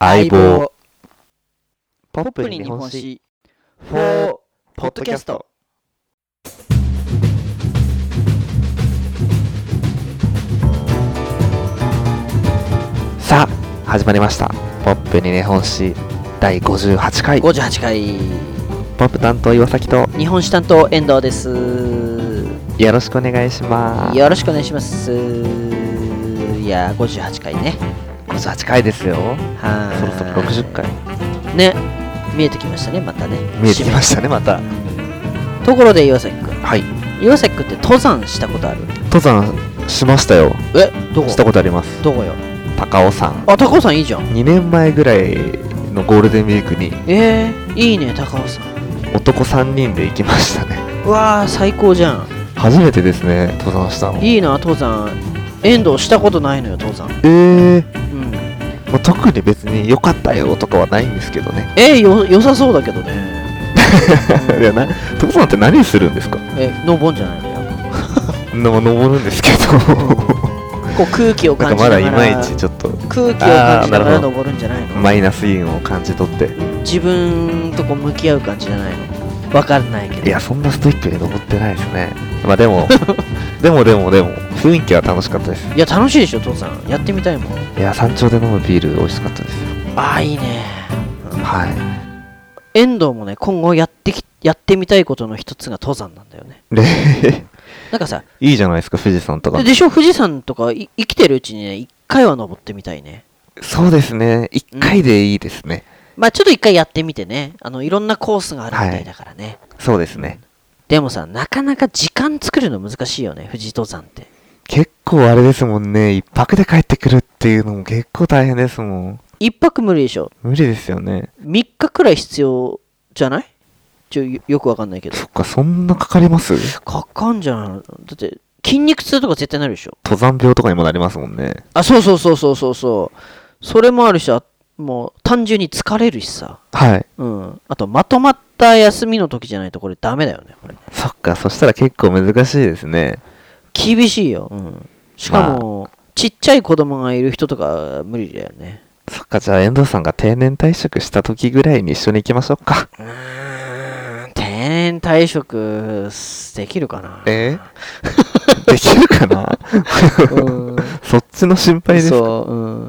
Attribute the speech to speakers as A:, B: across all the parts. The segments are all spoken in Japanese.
A: 相棒
B: ポップに日本史4ポッドキャスト。
A: さあ始まりました。ポップに日本史第58回。
B: 58回
A: ポップ担当岩崎と
B: 日本史担当遠藤です。
A: よろしくお願いします。
B: よろしくお願いします。いや58回ね。
A: 58回ですよ。
B: はい。
A: そろそろ60回
B: ね、見えてきましたね。またね
A: 見えてきましたね。また
B: ところで岩崎くん、
A: はい。
B: 岩崎くんって登山したことある？
A: 登山しましたよ。
B: どこ？
A: したことあります。
B: どこよ？
A: 高尾山。
B: あ、高尾山いいじゃん。
A: 2年前ぐらいのゴールデンウィークに
B: いいね高尾山。
A: 男3人で行きましたね。
B: うわー最高じゃん。
A: 初めてですね、登山したの。
B: いいな登山。遠藤したことないのよ登山。
A: まあ、特に別に良かったよとかはないんですけどね。
B: 良さそうだけどね。
A: いや登山って何するんですか？
B: 登んじゃないのよ。
A: 登るんですけど
B: こう空気を
A: なん
B: 感じながら
A: かまだいまいちちょっと
B: 空気を感じながら登るんじゃないの？
A: マイナスイオンを感じ取って。
B: 自分とこう向き合う感じじゃないの？わかんないけど。
A: いやそんなストイックに登ってないですね。まあでもでも雰囲気は楽しかったです。
B: いや楽しいでしょ登山。やってみたいもん。
A: いや山頂で飲むビール美味しかったですよ。
B: ああいいね。
A: はい。
B: 遠藤もね今後やってみたいことの一つが登山なんだよね。なんかさ
A: いいじゃないですか富士山とか。
B: でしょ富士山とか生きてるうちにね一回は登ってみたいね。
A: そうですね。1回でいいですね。
B: まあちょっと一回やってみてね。いろんなコースがあるみたいだからね。
A: はい、そうですね。
B: でもさなかなか時間作るの難しいよね富士登山って。
A: 結構あれですもんね。一泊で帰ってくるっていうのも結構大変ですもん。
B: 一泊無理でしょ。
A: 無理ですよね。
B: 3日くらい必要じゃない？よくわかんないけど。
A: そっか、そんなかかります？
B: かかんじゃん。だって筋肉痛とか絶対なるでしょ。
A: 登山病とかにもなりますもんね。
B: あ、そう。それもあるし、もう単純に疲れるしさ。
A: はい。
B: あとまとまった休みの時じゃないとこれダメだよねこれ。
A: そっか、そしたら結構難しいですね。
B: 厳しいよ。しかも、ちっちゃい子供がいる人とか無理だよね。
A: そっか、じゃあ遠藤さんが定年退職した時ぐらいに一緒に行きましょうか。
B: 定年退職できるかな？
A: できるかなそっちの心配ですか？
B: そう、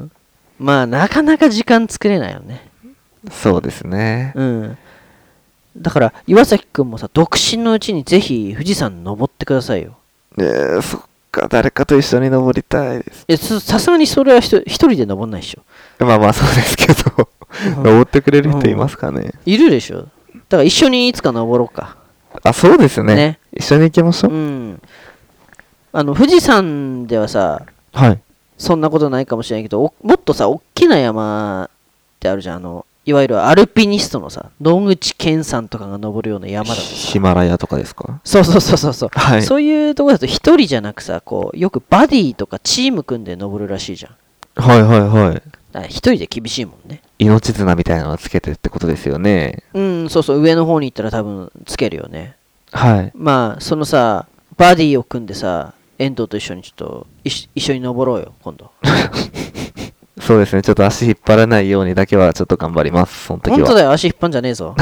B: まあなかなか時間作れないよね。
A: そうですね。
B: だから岩崎くんもさ独身のうちにぜひ富士山登ってくださいよ。
A: そっか、誰かと一緒に登りたいです。
B: さすがにそれは一人で登んないでしょ。
A: まあそうですけど登ってくれる人いますかね？
B: いるでしょ。だから一緒にいつか登ろうか。
A: そうですね。一緒に行きましょう。
B: 富士山ではさ、
A: はい。
B: そんなことないかもしれないけど、もっとさ大きな山ってあるじゃん。いわゆるアルピニストのさ野口健さんとかが登るような山だとさ、
A: ヒマラヤとかですか？
B: そう、
A: はい、
B: そういうところだと一人じゃなくさこうよくバディとかチーム組んで登るらしいじゃん。
A: はい。
B: だから一人で厳しいもんね。
A: 命綱みたいなのをつけてってことですよね。
B: そう上の方に行ったら多分つけるよね。
A: はい。
B: まあそのさバディを組んでさ遠藤と一緒にちょっと一緒に登ろうよ今度。
A: そうですね。ちょっと足引っ張らないようにだけはちょっと頑張ります。その時は。
B: 本当だよ足引っ張んじゃねえぞ。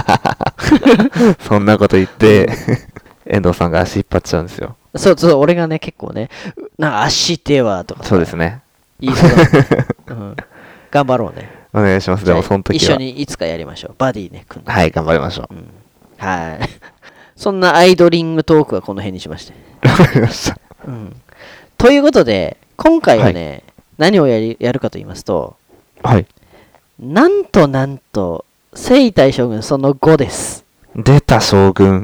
A: そんなこと言って遠藤さんが足引っ張っちゃうんですよ。
B: そう俺がね結構ねなんか足手はとか
A: そうですね。
B: 言いそうだ、頑張ろうね。
A: お願いします。でもその時は
B: 一緒にいつかやりましょう。バディね組んで。
A: はい、頑張りましょう。
B: はいそんなアイドリングトークはこの辺にしまして。
A: わかりました。
B: ということで今回はね、何をやるかと言いますと、
A: はい。
B: なんと征夷大将軍その5です。
A: 出た将軍。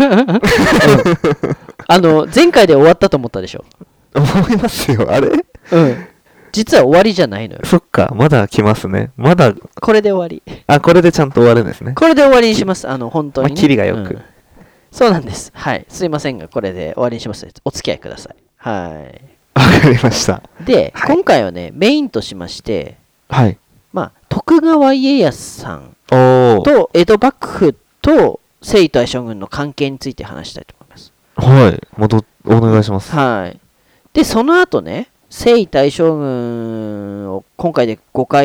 B: 前回で終わったと思ったでしょ。
A: 思いますよ。あれ？
B: 実は終わりじゃないのよ。
A: そっか、まだ来ますね。まだ。
B: これで終わり。
A: これでちゃんと終わるんですね。
B: これで終わりにします。本当に、ね。
A: キリがよく、
B: そうなんです。はい。すいませんが、これで終わりにしますので、お付き合いください。はい。
A: わかりました。
B: で、今回はね、メインとしまして、徳川家康さんと江戸幕府と征夷大将軍の関係について話したいと思います。
A: はい。お願いします。
B: はい。で、その後ね、征夷大将軍を今回で5回やっ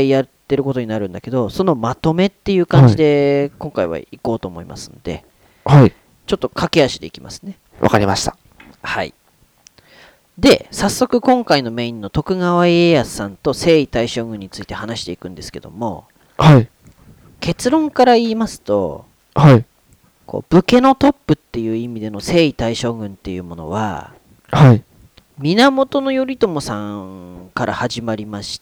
B: ってることになるんだけど、そのまとめっていう感じで今回は行こうと思いますんで、
A: はい。
B: ちょっと駆け足でいきますね。
A: わかりました。
B: はい。で、早速今回のメインの徳川家康さんと征夷大将軍について話していくんですけども、
A: はい。
B: 結論から言いますと、
A: はい。
B: こう武家のトップっていう意味での征夷大将軍っていうものは、
A: はい。
B: 源頼朝さんから始まりまして、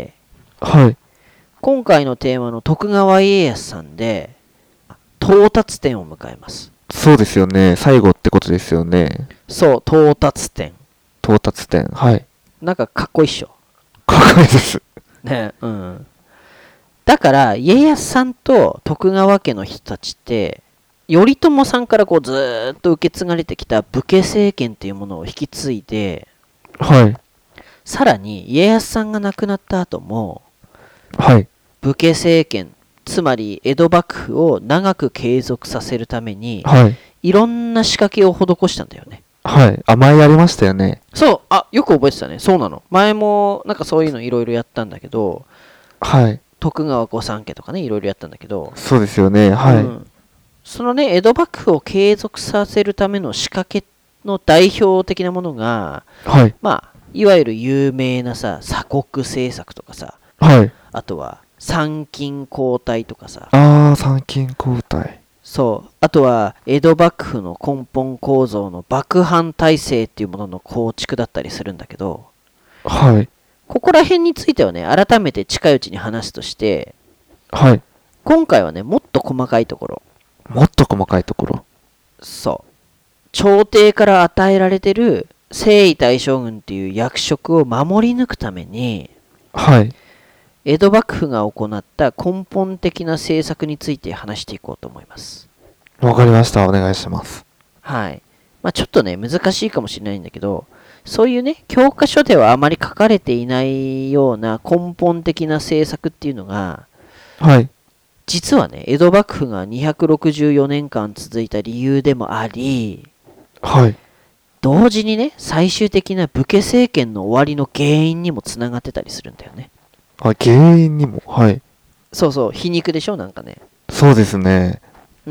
A: はい。
B: 今回のテーマの徳川家康さんで到達点を迎えます。
A: そうですよね。最後ってことですよね。
B: そう、到達点。
A: 到達点。はい。
B: なんかかっこいいっしょ。
A: かっこいいです。
B: ね、うん。だから家康さんと徳川家の人たちって頼朝さんからこうずーっと受け継がれてきた武家政権っていうものを引き継いで、
A: はい。
B: さらに家康さんが亡くなった後も、
A: はい。
B: 武家政権、つまり江戸幕府を長く継続させるために、
A: はい。
B: いろんな仕掛けを施したんだよね。
A: はい。前やりましたよね。
B: そう、よく覚えてたね。そうなの。前もなんかそういうのいろいろやったんだけど、
A: はい。
B: 徳川御三家とかね、いろいろやったんだけど、
A: そうですよね。はい。
B: そのね、江戸幕府を継続させるための仕掛けの代表的なものが、
A: はい。
B: いわゆる有名なさ、鎖国政策とかさ、
A: はい。
B: あとは参勤交代とかさ、
A: 参勤交代。
B: そう、あとは江戸幕府の根本構造の幕藩体制っていうものの構築だったりするんだけど、
A: はい。
B: ここら辺についてはね、改めて近いうちに話すとして、
A: はい。
B: 今回はね、もっと細かいところ。
A: もっと細かいところ。
B: そう。朝廷から与えられてる征夷大将軍っていう役職を守り抜くために、
A: はい。
B: 江戸幕府が行った根本的な政策について話していこうと思います。
A: わかりました。お願いします。
B: はい。ちょっとね、難しいかもしれないんだけど、そういうね、教科書ではあまり書かれていないような根本的な政策っていうのが、
A: はい。
B: 実はね、江戸幕府が264年間続いた理由でもあり、
A: はい。
B: 同時にね、最終的な武家政権の終わりの原因にもつながってたりするんだよね。
A: 原因にも。はい。
B: そうそう、皮肉でしょ、なんかね。
A: そうですね。
B: うん。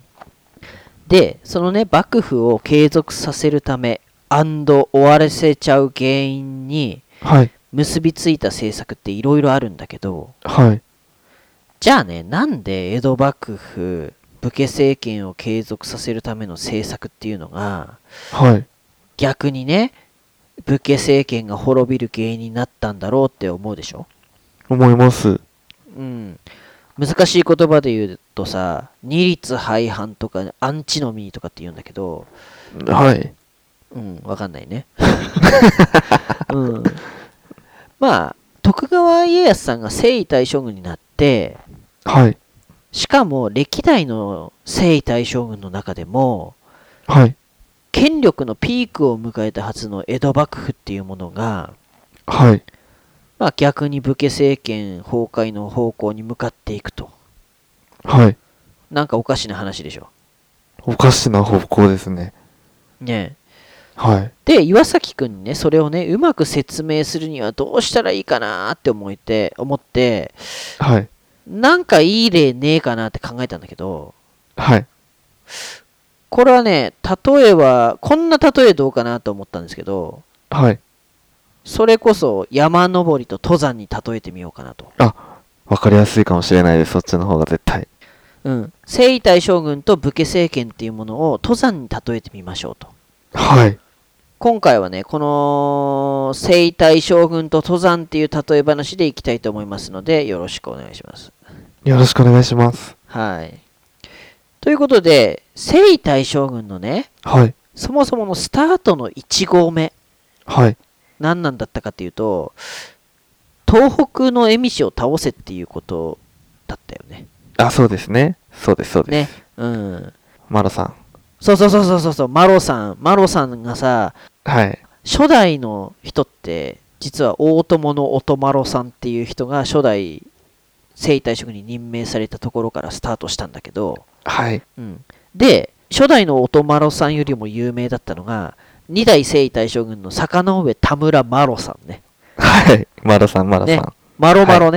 B: で、そのね、幕府を継続させるため、終わらせちゃう原因に、結びついた政策っていろいろあるんだけど、
A: はい。
B: じゃあね、なんで江戸幕府、武家政権を継続させるための政策っていうのが、
A: はい。
B: 逆にね、武家政権が滅びる原因になったんだろうって思うでしょ？
A: 思います。
B: うん。難しい言葉で言うとさ、二律背反とかアンチノミーとかって言うんだけど、
A: はい。
B: わかんないね。うん。徳川家康さんが征夷大将軍になって、
A: はい。
B: しかも歴代の征夷大将軍の中でも、
A: はい。
B: 権力のピークを迎えたはずの江戸幕府っていうものが、
A: はい。
B: 逆に武家政権崩壊の方向に向かっていくと。
A: はい。
B: なんかおかしな話でしょ。
A: おかしな方向ですね。
B: ねえ。
A: はい。
B: で、岩崎くんにね、それをね、うまく説明するにはどうしたらいいかなって思って、
A: はい。
B: なんかいい例ねえかなって考えたんだけど、
A: はい。
B: これはね、例えば、こんな例えどうかなと思ったんですけど、
A: はい。
B: それこそ山登りと登山に例えてみようかなと。
A: わかりやすいかもしれないです。そっちの方が絶対。
B: うん。征夷大将軍と武家政権っていうものを登山に例えてみましょうと。
A: はい。
B: 今回はね、この征夷大将軍と登山っていう例え話でいきたいと思いますので、よろしくお願いします。
A: よろしくお願いします。
B: はい。ということで、征夷大将軍のね、
A: はい。
B: そもそものスタートの1号目。
A: はい。
B: 何なんだったかっていうと、東北の蝦夷を倒せっていうことだったよね。
A: そうですね。そうです、そうです。
B: ね。うん。
A: マロさん。
B: そう、マロさんがさ、
A: はい。
B: 初代の人って、実は大友の音丸さんっていう人が初代征夷大将軍に任命されたところからスタートしたんだけど、
A: はい。
B: うん。で、初代の音丸さんよりも有名だったのが、二代征夷大将軍の坂上田村麻呂さんね。
A: はい。マロさん。
B: ね。マロね。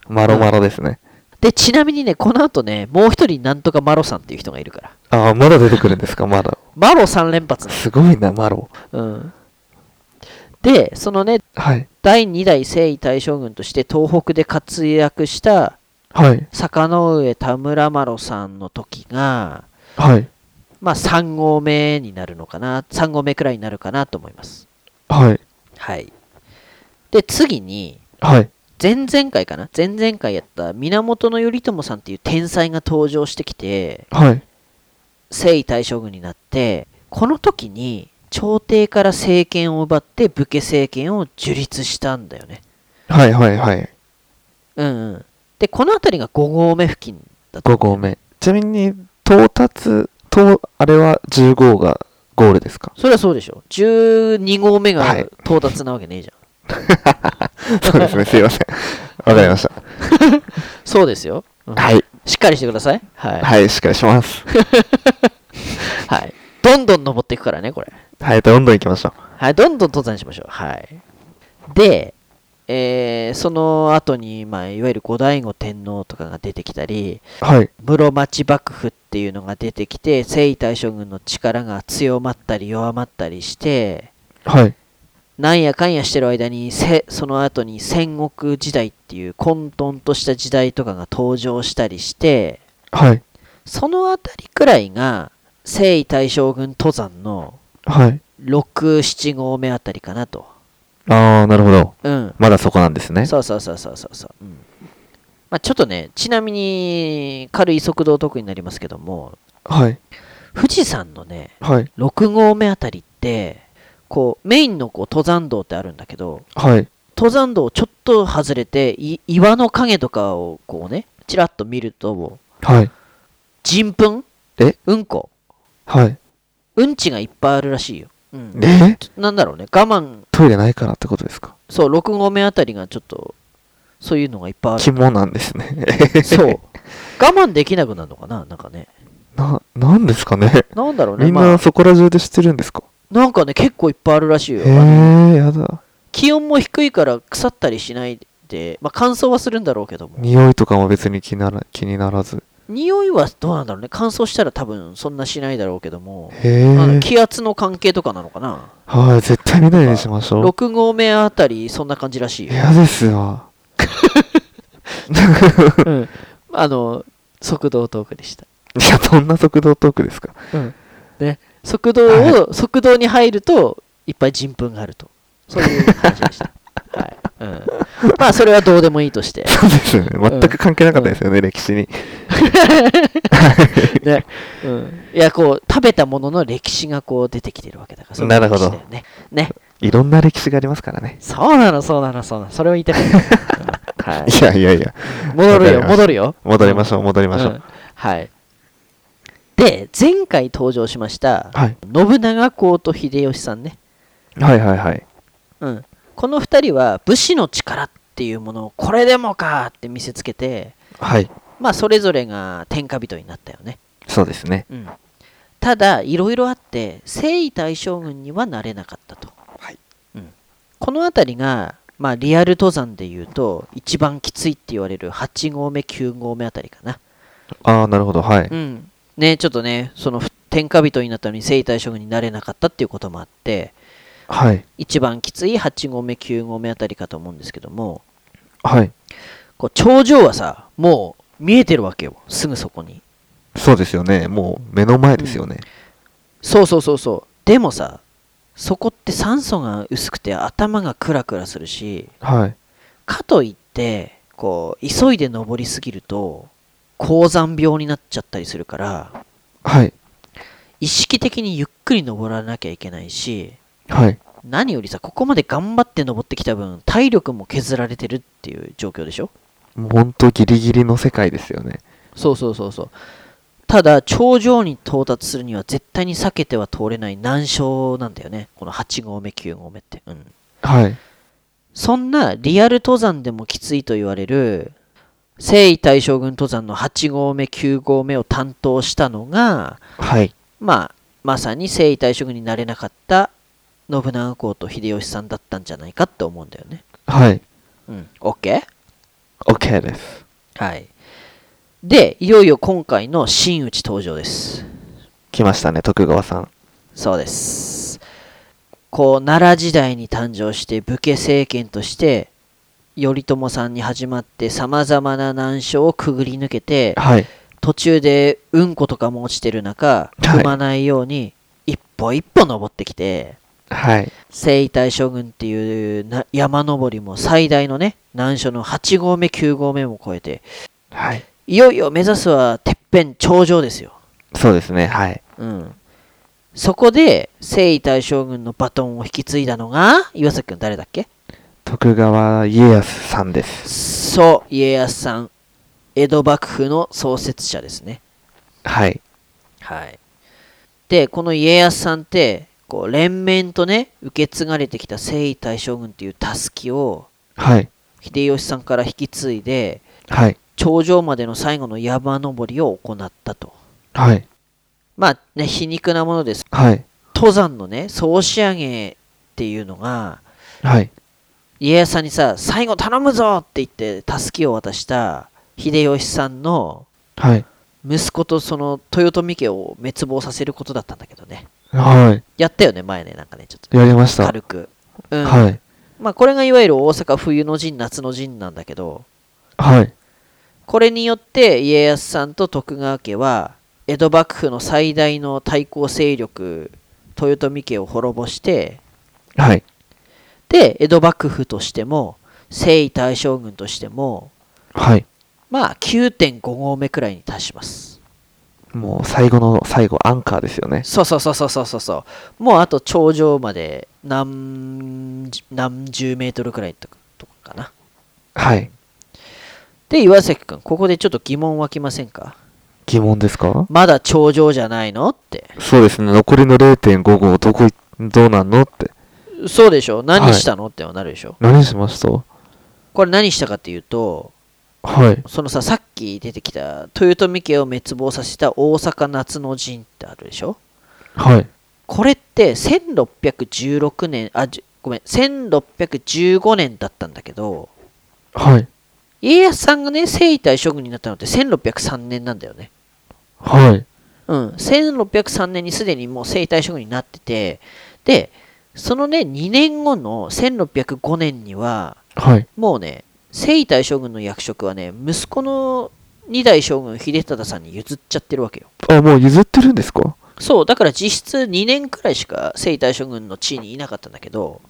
A: マロマロですね。
B: で、ちなみにね、この後ね、もう一人なんとかマロさんっていう人がいるから。
A: ああ、まだ出てくるんですか、まだ。
B: マロ3連発な
A: すごいな、マロ。
B: の。うん。で、そのね、
A: はい。
B: 第2代征夷大将軍として東北で活躍した
A: はい。
B: 坂上田村麻呂さんの時が、
A: はい。
B: まあ3合目になるのかな。3合目くらいになるかなと思います。
A: はい。
B: はい。で、次に、
A: はい。
B: 前々回かな、前々回やった源頼朝さんっていう天才が登場してきて、
A: はい。
B: 征夷大将軍になって、この時に朝廷から政権を奪って武家政権を樹立したんだよね。
A: はいはいはい。
B: うんうん。で、この辺りが5合目付近だと
A: 5合目。ちなみに、到達と、あれは15がゴールですか？
B: それはそうでしょ。12合目が
A: はい
B: 到達なわけねえじゃん。
A: そうですね、すいません。わかりました。
B: そうですよ。うん
A: はい。
B: しっかりしてください。はい。
A: はい、しっかりします。
B: はい。どんどん登っていくからね、これ。
A: はい、どんどん行きましょう。
B: はい、どんどん登山しましょう。はい。で、その後に、まあ、いわゆる後醍醐天皇とかが出てきたり、
A: はい。
B: 室町幕府っていうのが出てきて、征夷大将軍の力が強まったり弱まったりして、
A: はい。
B: なんやかんやしてる間に、その後に戦国時代っていう混沌とした時代とかが登場したりして、
A: はい。
B: そのあたりくらいが、征夷大将軍登山の
A: はい。
B: 6、7合目あたりかなと。
A: あー、なるほど。
B: うん。
A: まだそこなんですね。
B: そうそうそうそうそうそう。うん。まあちょっとね、ちなみに軽い速度トークになりますけども、
A: はい。
B: 富士山のね、
A: はい。
B: 6合目あたりって、こう、メインのこう登山道ってあるんだけど、
A: はい。
B: 登山道をちょっと外れて、岩の影とかをこうね、ちらっと見ると、
A: はい。
B: 人糞うんこ。
A: はい。
B: うんちがいっぱいあるらしいよ。うん。なんだろうね、我慢、
A: トイレないからってことですか？
B: そう、6合目あたりがちょっと、そういうのがいっぱいある。
A: 肝なんですね。
B: そう。我慢できなくなるのかななんかね。
A: なんですかね。
B: なんだろうね。
A: みんなそこら中で知ってるんですか？
B: なんかね、結構いっぱいあるらしいよ。
A: やだ。
B: 気温も低いから腐ったりしないで、まあ乾燥はするんだろうけども。
A: 匂いとかも別に気にならず。
B: 匂いはどうなんだろうね。乾燥したら多分そんなしないだろうけども。気圧の関係とかなのかな。
A: はい、絶対見ないようにしましょう。
B: 6合目あたり、そんな感じらしいよ。
A: 嫌ですわ。
B: うん。速度トークでした。
A: いや、どんな速度トークですか？
B: うん。ね。速道に入ると、いっぱい人糞があると。そういう感じでした。はい。うん。まあ、それはどうでもいいとして。
A: そうですよね。全く関係なかったですよね、歴史に。
B: ね。うん。いや、こう、食べたものの歴史がこう出てきてるわけだから。
A: なるほど。
B: ね。
A: いろんな歴史がありますからね。
B: そうなの。それを言いたかった。はい。
A: いや。
B: 戻るよ。
A: 戻りましょう。
B: はい。で、前回登場しました、
A: はい。
B: 信長公と秀吉さんね。
A: はい。
B: うん。この2人は武士の力っていうものをこれでもかって見せつけて、
A: はい。
B: まあそれぞれが天下人になったよね。
A: そうですね。
B: うん。ただいろいろあって征夷大将軍にはなれなかったと。
A: はい。
B: うん。この辺りがまあリアル登山でいうと一番きついって言われる8合目9合目あたりかな。
A: ああ、なるほど。はい。
B: うん。ね、ちょっとね、その天下人になったのに征夷大将軍になれなかったっていうこともあって、
A: はい。
B: 一番きつい8合目9合目あたりかと思うんですけども、
A: はい。
B: こう頂上はさ、もう見えてるわけよ、すぐそこに。
A: そうですよね。もう目の前ですよね。
B: そう。でもさ、そこって酸素が薄くて頭がクラクラするし、
A: はい。
B: かといって、こう、急いで登りすぎると、高山病になっちゃったりするから、
A: はい。
B: 意識的にゆっくり登らなきゃいけないし、
A: はい。
B: 何よりさ、ここまで頑張って登ってきた分、体力も削られてるっていう状況でしょ？
A: もうほんとギリギリの世界ですよね。
B: そう。ただ、頂上に到達するには絶対に避けては通れない難所なんだよね。この8合目、9合目って。うん。
A: はい。
B: そんなリアル登山でもきついと言われる、征夷大将軍登山の8合目、9合目を担当したのが、
A: はい。
B: まさに征夷大将軍になれなかった信長公と秀吉さんだったんじゃないかって思うんだよね。
A: はい。
B: うん。OK？
A: OK です。
B: はい。で、いよいよ今回の真打ち登場です。
A: 来ましたね、徳川さん。
B: そうです。奈良時代に誕生して武家政権として頼朝さんに始まってさまざまな難所をくぐり抜けて、
A: はい。
B: 途中でうんことかも落ちてる中踏まないように一歩一歩登ってきて、
A: はい。
B: 征夷大将軍っていう山登りも最大のね難所の8合目9合目も超えて、
A: はい。
B: いよいよ目指すはてっぺん頂上ですよ。
A: そうですね。はい。
B: そこで征夷大将軍のバトンを引き継いだのが岩崎君誰だっけ？
A: 徳川家康さんです。
B: そう、家康さん。江戸幕府の創設者ですね。
A: はい。
B: はい。で、この家康さんって、連綿とね、受け継がれてきた征夷大将軍っていうたすきを、
A: はい。
B: 秀吉さんから引き継いで、
A: はい。
B: 頂上までの最後の山登りを行ったと。
A: はい。
B: まあね、皮肉なものです。
A: はい。
B: 登山のね、総仕上げっていうのが、
A: はい。
B: 家康さんにさ、最後頼むぞって言ってたすきを渡した秀吉さんの息子とその豊臣家を滅亡させることだったんだけどね。
A: はい。
B: やったよね、前ね、なんかね、ちょっと。
A: やりました。
B: 軽く。
A: はい。
B: まあ、これがいわゆる大阪冬の陣、夏の陣なんだけど、
A: はい。
B: これによって家康さんと徳川家は、江戸幕府の最大の対抗勢力、豊臣家を滅ぼして、
A: はい。
B: で、江戸幕府としても、征夷大将軍としても、
A: はい。
B: まあ、9.5 合目くらいに達します。
A: もう最後の最後、アンカーですよね。
B: そうそうそうそうそうそう。もうあと頂上まで何十メートルくらいとかかな。
A: はい。
B: で、岩崎くん、ここでちょっと疑問湧きませんか？
A: 疑問ですか？
B: まだ頂上じゃないのって。
A: そうですね。残りの 0.5 号どうなんのって。
B: そうでしょ？何したの、ってなるでしょ？
A: 何しました？
B: これ何したかっていうと、
A: はい。
B: そのさっき出てきた豊臣家を滅亡させた大阪夏の陣ってあるでしょ？
A: はい。
B: これって1616年、ごめん、1615年だったんだけど、
A: はい。
B: 家康さんがね、征夷大将軍になったのって1603年なんだよね。
A: はい。
B: 1603年にすでにもう征夷大将軍になってて、で、そのね、2年後の1605年には、
A: はい。
B: もうね、征夷大将軍の役職はね、息子の2代将軍秀忠さんに譲っちゃってるわけよ。
A: あ、もう譲ってるんですか？
B: そう、だから実質2年くらいしか征夷大将軍の地位にいなかったんだけど、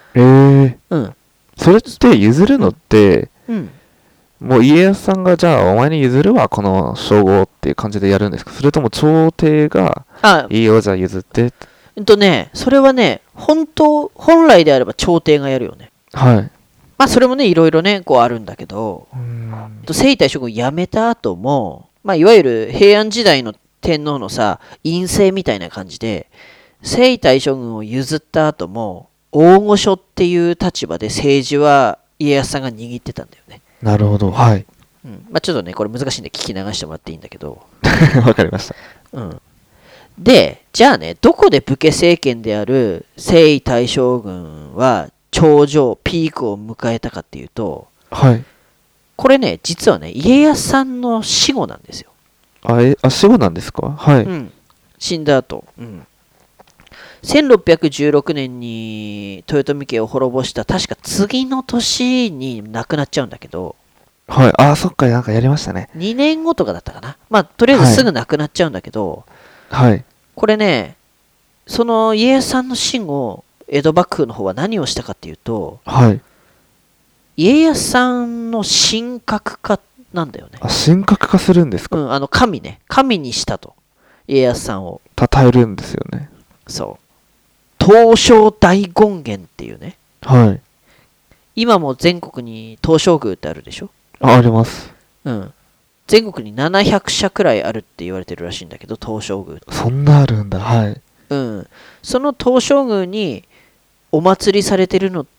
A: それって譲るのって、
B: うん
A: もう家康さんがじゃあお前に譲るわこの称号っていう感じでやるんですか？それとも朝廷がいいよじゃあ譲って
B: それはね、本来であれば朝廷がやるよね。
A: はい。
B: まあそれもね、いろいろね、あるんだけど、征夷大将軍辞めた後も、まあいわゆる平安時代の天皇のさ、院政みたいな感じで、征夷大将軍を譲った後も、大御所っていう立場で政治は家康さんが握ってたんだよね。
A: なるほど。はい。
B: まあちょっとね、これ難しいんで聞き流してもらっていいんだけど。
A: わかりました。
B: で、じゃあね、どこで武家政権である征夷大将軍は頂上、ピークを迎えたかっていうと、
A: はい。
B: これね、実はね、家康さんの死後なんですよ。
A: 死後なんですか？はい。
B: 死んだ後。1616年に豊臣家を滅ぼした確か次の年に亡くなっちゃうんだけど、
A: はい。そっか、なんかやりましたね。
B: 2年後とかだったかな。まあ、とりあえずすぐ亡くなっちゃうんだけど、
A: はい。
B: これね、その家康さんの死後、江戸幕府の方は何をしたかっていうと、
A: はい。
B: 家康さんの神格化なんだよね。
A: 神格化するんですか？
B: 神ね。神にしたと。家康さんを。
A: 称えるんですよね。
B: そう。東照大権現っていうね。
A: はい。
B: 今も全国に東照宮ってあるでしょ？
A: あります。
B: 全国に700社くらいあるって言われてるらしいんだけど、東照宮って。
A: そんなあるんだ。はい。
B: その東照宮にお祭りされてるのって、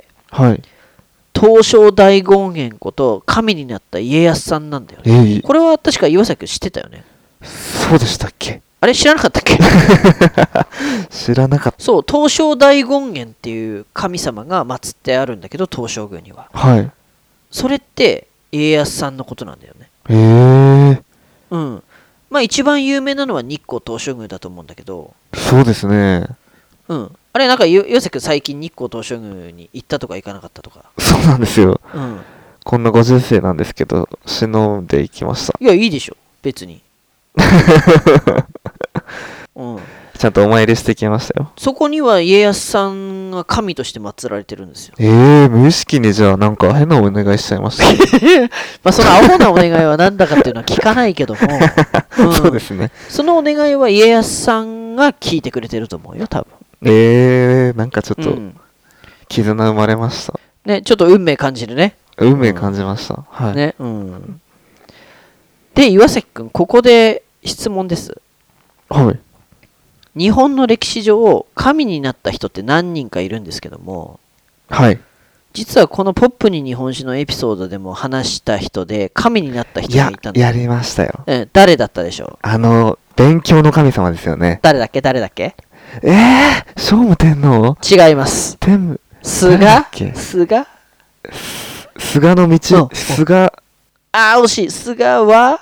A: はい。
B: 東照大権現こと神になった家康さんなんだよね。これは確か岩崎君知ってたよね。
A: そうでしたっけ？
B: あれ知らなかったっけ？
A: 知らなかった。
B: そう、東照大権現っていう神様が祀ってあるんだけど、東照宮には。
A: はい。
B: それって家康さんのことなんだよね。うん。まあ一番有名なのは日光東照宮だと思うんだけど。
A: そうですね。
B: うん。あれなんかヨセ君最近日光東照宮に行ったとか行かなかったとか。
A: そうなんですよ。
B: うん。
A: こんな50世なんですけど、忍んで行きました。
B: いや、いいでしょ。別に。うん。
A: ちゃんとお参りしてきましたよ。
B: そこには家康さんが神として祀られてるんですよ。
A: 無意識にじゃあなんか変なお願いしちゃいました。
B: まあそのアホなお願いは何だかっていうのは聞かないけども、
A: うん、そうですね。
B: そのお願いは家康さんが聞いてくれてると思うよ、多
A: 分。なんかちょっと絆生まれました。
B: ね、ちょっと運命感じるね。
A: 運命感じました。はい。
B: ね、うん。で、岩崎くん、ここで質問です。
A: はい。
B: 日本の歴史上、神になった人って何人かいるんですけども、
A: はい。
B: 実はこのポップに日本史のエピソードでも話した人で、神になった人がいたんです。
A: やりましたよ。
B: 誰だったでしょ
A: う？勉強の神様ですよね。
B: 誰だっけ
A: 聖武天皇？
B: 違います。菅の道、
A: 菅。
B: 惜しい。菅原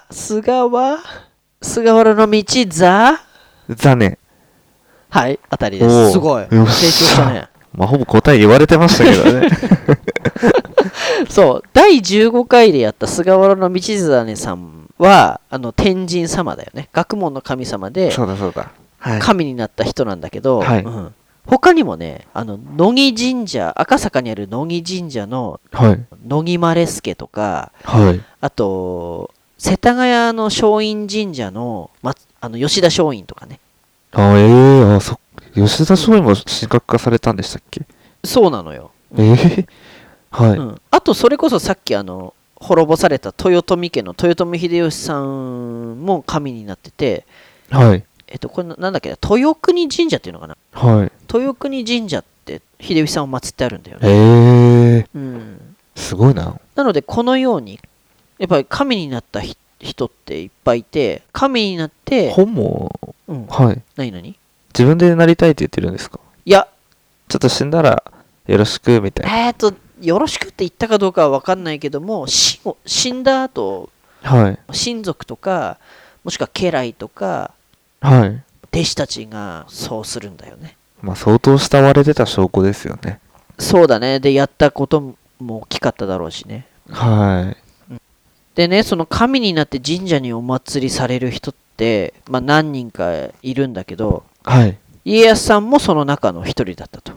B: の道、
A: ザネ。
B: はい、あたりです。すごい。成長したね。
A: まあ、ほぼ答え言われてましたけどね。
B: そう、第15回でやった菅原道真さんは、天神様だよね。学問の神様で、
A: そうだ。
B: はい、神になった人なんだけど、
A: はい、
B: 他にもね、乃木神社、赤坂にある乃木神社の、乃木丸助とか、あと、世田谷の松陰神社の、吉田松陰とかね。
A: 吉田松陰も神格化されたんでしたっけ？
B: そうなのよ。
A: はい。
B: あと、それこそさっき滅ぼされた豊臣家の豊臣秀吉さんも神になってて、
A: はい。
B: これなんだっけ、豊国神社っていうのかな？
A: はい。
B: 豊国神社って秀吉さんを祀ってあるんだよね。
A: すごいな。
B: なので、このように、やっぱり神になった人っていっぱいいて、神になって、
A: 本も、はい。
B: 何？
A: 自分でなりたいって言ってるんですか？
B: いや、
A: ちょっと死んだらよろしくみたいな。
B: よろしくって言ったかどうかは分かんないけども、死んだ後、親族とか、もしくは家来とか、弟子たちがそうするんだよね。
A: まあ相当慕われてた証拠ですよね。
B: そうだね。で、やったことも大きかっただろうしね。でね、その神になって神社にお祭りされる人って、まあ何人かいるんだけど、家康さんもその中の一人だったと。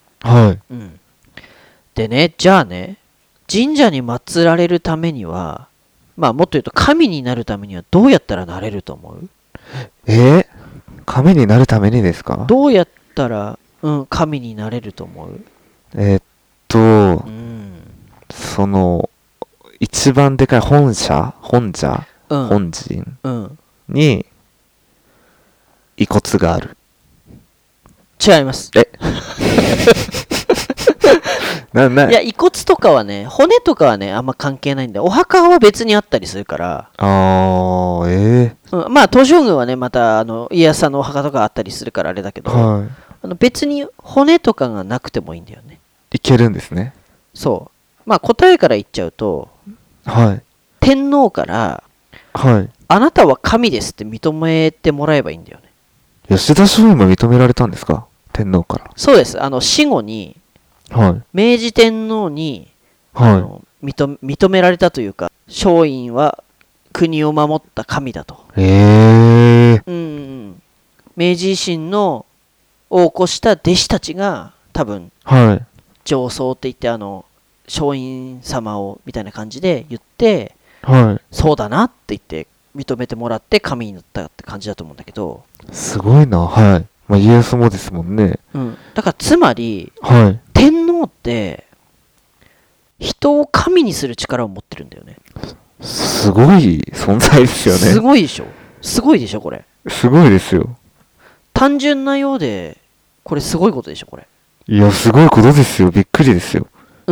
B: でね、じゃあね、神社に祀られるためには、まあもっと言うと神になるためにはどうやったらなれると思う？
A: 神になるためにですか？
B: どうやったら、神になれると思う？
A: その、一番でかい本陣に遺骨がある。
B: 違います。いや、遺骨とかはね、骨とかはね、あんま関係ないんだよ。お墓は別にあったりするから。まあ、東照宮はね、また、家康さんのお墓とかあったりするからあれだけど、別に骨とかがなくてもいいんだよね。
A: いけるんですね。
B: そう。まあ、答えから言っちゃうと、天皇から、あなたは神ですって認めてもらえばいいんだよね。
A: 吉田松陰も認められたんですか？天皇から。
B: そうです。死後に、明治天皇に、認められたというか、松陰は国を守った神だと。明治維新を起こした弟子たちが多分、上奏って言って松陰様をみたいな感じで言って、そうだなって言って認めてもらって神になったって感じだと思うんだけど。
A: すごいな。まあ、家康もですもんね。
B: だからつまり、天皇って人を神にする力を持ってるんだよね。
A: すごい存在ですよね。
B: すごいでしょ。すごいでしょこれ。
A: すごいですよ。
B: 単純なようでこれすごいことでしょこれ。
A: いや、すごいことですよ。びっくりですよ。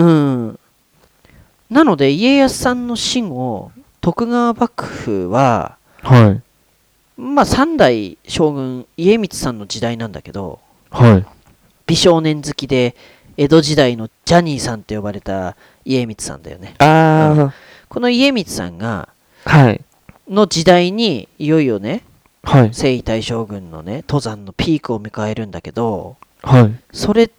B: なので家康さんの死後、徳川幕府は、まあ3代将軍家光さんの時代なんだけど、美少年好きで江戸時代のジャニーさんって呼ばれた家光さんだよね。 この家光さんが、
A: はい。
B: の時代にいよいよね、
A: はい。
B: 征夷大将軍のね、登山のピークを迎えるんだけど、
A: はい。
B: それって、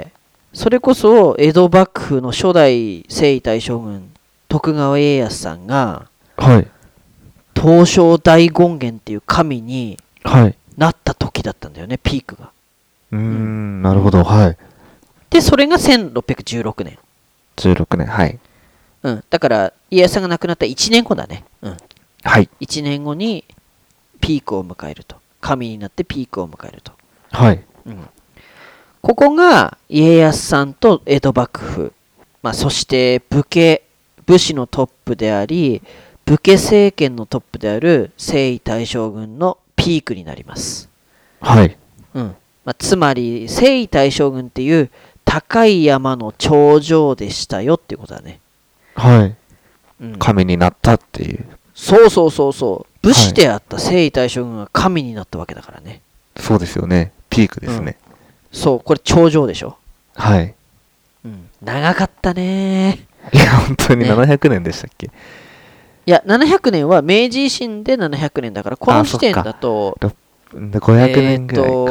B: それこそ江戸幕府の初代征夷大将軍、徳川家康さんが、
A: はい。
B: 東照大権現っていう神に
A: はい。
B: なった時だったんだよね、ピークが。
A: なるほど。はい。
B: で、それが1616年。
A: 16年。はい。
B: うん。だから、家康さんが亡くなった1年後だね。うん。
A: はい。
B: 1年後にピークを迎えると。神になってピークを迎えると。
A: はい。
B: うん。ここが家康さんと江戸幕府、まあ、そして武士のトップであり、武家政権のトップである征夷大将軍のピークになります。
A: はい。
B: うん。まあ、つまり、征夷大将軍っていう高い山の頂上でしたよっていうことだね。
A: はい。
B: うん、
A: 神になったっていう。
B: そうそうそうそう。武士であった征夷大将軍が神になったわけだからね。
A: そうですよね。ピークですね。
B: そう、これ頂上でしょ。
A: はい。
B: うん。長かったね。
A: いや、本当に700年でしたっけ？
B: いや、700年は明治維新で700年だから、この時点だと、
A: 500年ぐらいか。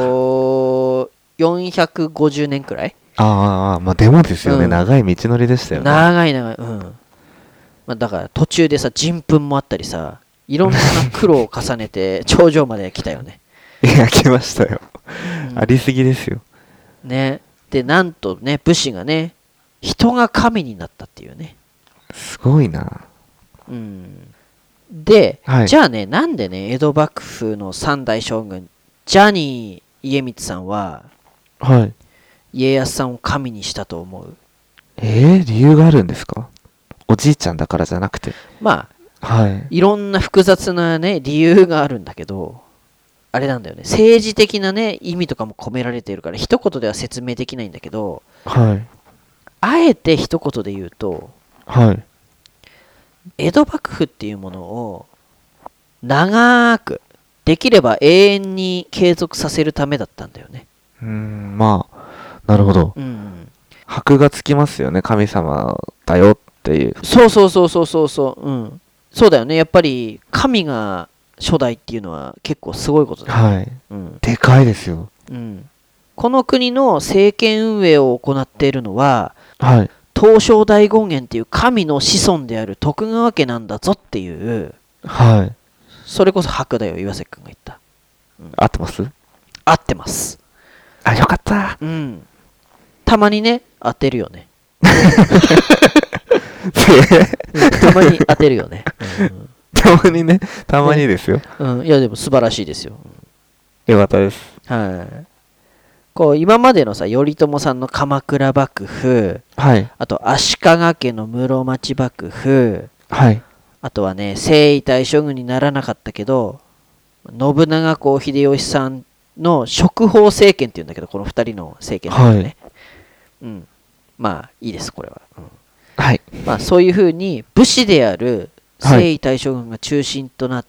B: 450年くらい。
A: まあでもですよね、長い道のりでしたよね。
B: 長い。うん。まあ、だから途中でさ、人糞もあったりさ、いろんな苦労を重ねて頂上まで来たよね。
A: いや、来ましたよ。ありすぎですよ。
B: ね。で、なんとね、武士がね、人が神になったっていうね。
A: すごいな。
B: うん。で、
A: はい、
B: じゃあね、なんでね、江戸幕府の三代将軍、ジャニー家光さんは、
A: はい。
B: 家康さんを神にしたと思う？
A: 理由があるんですか？おじいちゃんだからじゃなくて。
B: まあ、
A: はい。
B: いろんな複雑なね、理由があるんだけど、あれなんだよね、政治的なね、意味とかも込められているから、一言では説明できないんだけど、
A: はい。
B: あえて一言で言うと、
A: はい。
B: 江戸幕府っていうものを長く、できれば永遠に継続させるためだったんだよね。
A: まあ、なるほど。
B: うん。
A: 箔がつきますよね、神様だよっていう。
B: そうそうそうそうそうそう、うん。そうだよね、やっぱり神が初代っていうのは結構すごいことだよね。
A: はい。
B: うん。
A: でかいですよ。
B: うん。この国の政権運営を行っているのは、
A: はい。
B: 東照大権現っていう神の子孫である徳川家なんだぞっていう、
A: はい。
B: それこそ箔だよ、岩崎くんが言った。
A: うん、合ってます？
B: 合ってます。
A: あ、よかった。
B: うん。たまにね、当てるよね。たまに当てるよね。
A: たまにね、たまにですよ。
B: うん、いやでも素晴らしいですよ。
A: よかったです。
B: はい。こう今までのさ、頼朝さんの鎌倉幕府、
A: はい。
B: あと足利家の室町幕府、
A: はい。
B: あとはね、征夷大将軍にならなかったけど、信長公秀吉さんの職法政権っていうんだけど、この2人の政権なんだよね。はい、うん。まあ、いいです、これは。うん、
A: はい。
B: まあ、そういうふうに、武士である征夷大将軍が中心となって、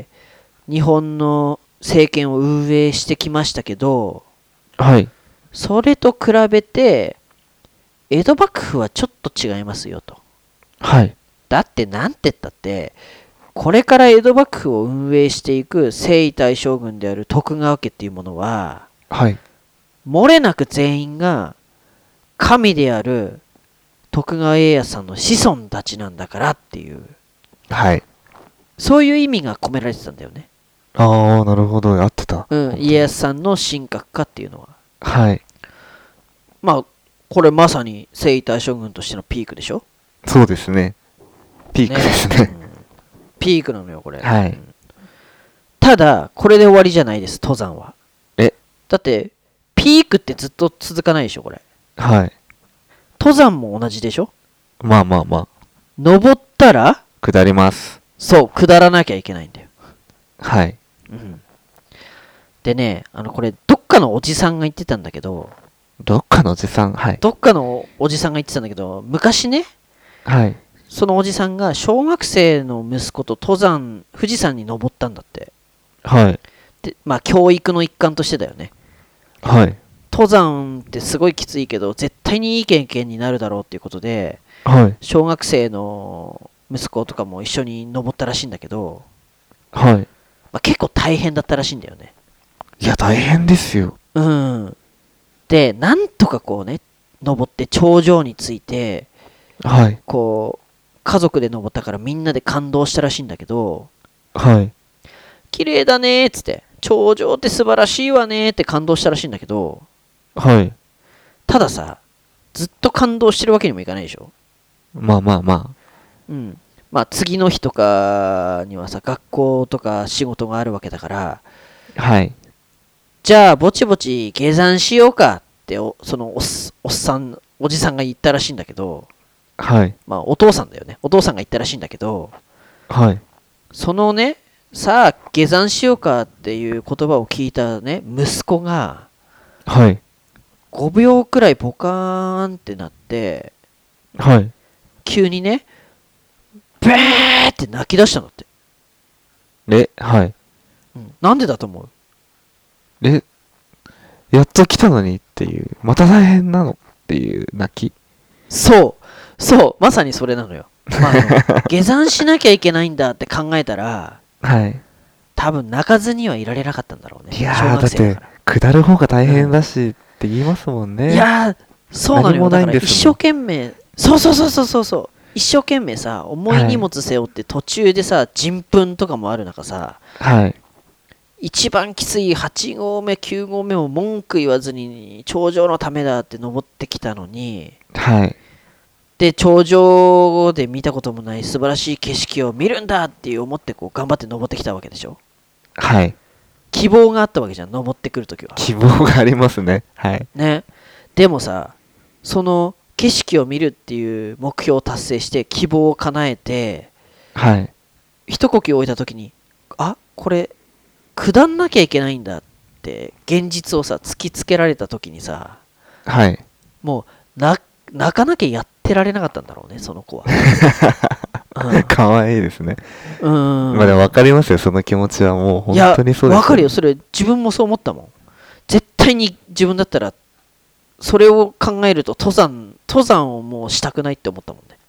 B: 日本の政権を運営してきましたけど、
A: はい。
B: それと比べて、江戸幕府はちょっと違いますよと。
A: はい。
B: だってなんて言ったって、これから江戸幕府を運営していく征夷大将軍である徳川家っていうものは、
A: はい。
B: 漏れなく全員が神である徳川家康さんの子孫たちなんだからっていう、
A: はい。
B: そういう意味が込められてたんだよね。
A: ああ、なるほど。合ってた。
B: うん、家康さんの神格化っていうのは。
A: はい。
B: まあ、これまさに征夷大将軍としてのピークでしょ？
A: そうですね。ピークですね。
B: うん、ピークなのよ、これ。
A: はい。
B: うん、ただ、これで終わりじゃないです、登山は。だって、ピークってずっと続かないでしょ、これ。
A: はい。
B: 登山も同じでしょ？
A: まあまあまあ。
B: 登ったら
A: 下ります。
B: そう、下らなきゃいけないんだよ。
A: はい。
B: うん。でね、これ、どっかのおじさんが言ってたんだけど、
A: どっかのおじさん、はい。
B: どっかのおじさんが言ってたんだけど、昔ね、
A: はい。
B: そのおじさんが小学生の息子と富士山に登ったんだって。
A: はい。
B: で、まあ、教育の一環としてだよね。
A: はい。
B: 登山ってすごいきついけど、絶対にいい経験になるだろうっていうことで、
A: はい。
B: 小学生の息子とかも一緒に登ったらしいんだけど、
A: はい。
B: まあ、結構大変だったらしいんだよね。
A: いや、大変ですよ。
B: うん。で、なんとかこうね、登って頂上に着いて、
A: はい。
B: こう、家族で登ったからみんなで感動したらしいんだけど、
A: はい。
B: 綺麗だねーっつって、頂上って素晴らしいわねーって感動したらしいんだけど、
A: はい。
B: たださ、ずっと感動してるわけにもいかないでしょ。
A: まあまあま
B: うん。まあ次の日とかにはさ、学校とか仕事があるわけだから、
A: あ。はい。
B: じゃあぼちぼち下山しようかってそのおっさん、おじさんが言ったらしいんだけど、
A: はい。
B: まあお父さんだよね。お父さんが言ったらしいんだけど、
A: はい。
B: そのね、さあ下山しようかっていう言葉を聞いたね、息子が、
A: はい。
B: 5秒くらいポカーンってなって、
A: はい。
B: 急にね、ブーって泣き出したのって。
A: はい。
B: うん、なんでだと思う？
A: やっと来たのにっていう、また大変なのっていう泣き。
B: そう、そう、まさにそれなのよ。まあ、下山しなきゃいけないんだって考えたら、
A: はい。
B: 多分泣かずにはいられなかったんだろうね。
A: いや
B: 小
A: ー、だって
B: 学生だから。
A: 下る方が大変だしって言いますもんね。
B: いやー、そうなの
A: 何
B: よ。
A: もないんですもん。
B: だから一生懸命、そうそうそうそうそうそう、一生懸命さ、重い荷物背負って途中でさ、人糞とかもある中さ、
A: はい。
B: 一番きつい8合目、9合目も文句言わずに頂上のためだって登ってきたのに、
A: はい。
B: で、頂上で見たこともない素晴らしい景色を見るんだっていう思ってこう頑張って登ってきたわけでしょ。
A: はい。
B: 希望があったわけじゃん、登ってくるときは。
A: 希望がありますね。はい。
B: ね。でもさ、その景色を見るっていう目標を達成して希望を叶えて、
A: はい。
B: 一呼吸置いたときに、あ、これ、下んなきゃいけないんだって現実をさ、突きつけられたときにさ、
A: はい。
B: もう泣かなきゃやってられなかったんだろうね、その子は。
A: かわいいですね。
B: うん。
A: まあでも分かりますよ、その気持ちはもう本当にそうです、
B: いや、わかるよ、それ自分もそう思ったもん。絶対に自分だったら、それを考えると登山をもうしたくないって思ったもんね。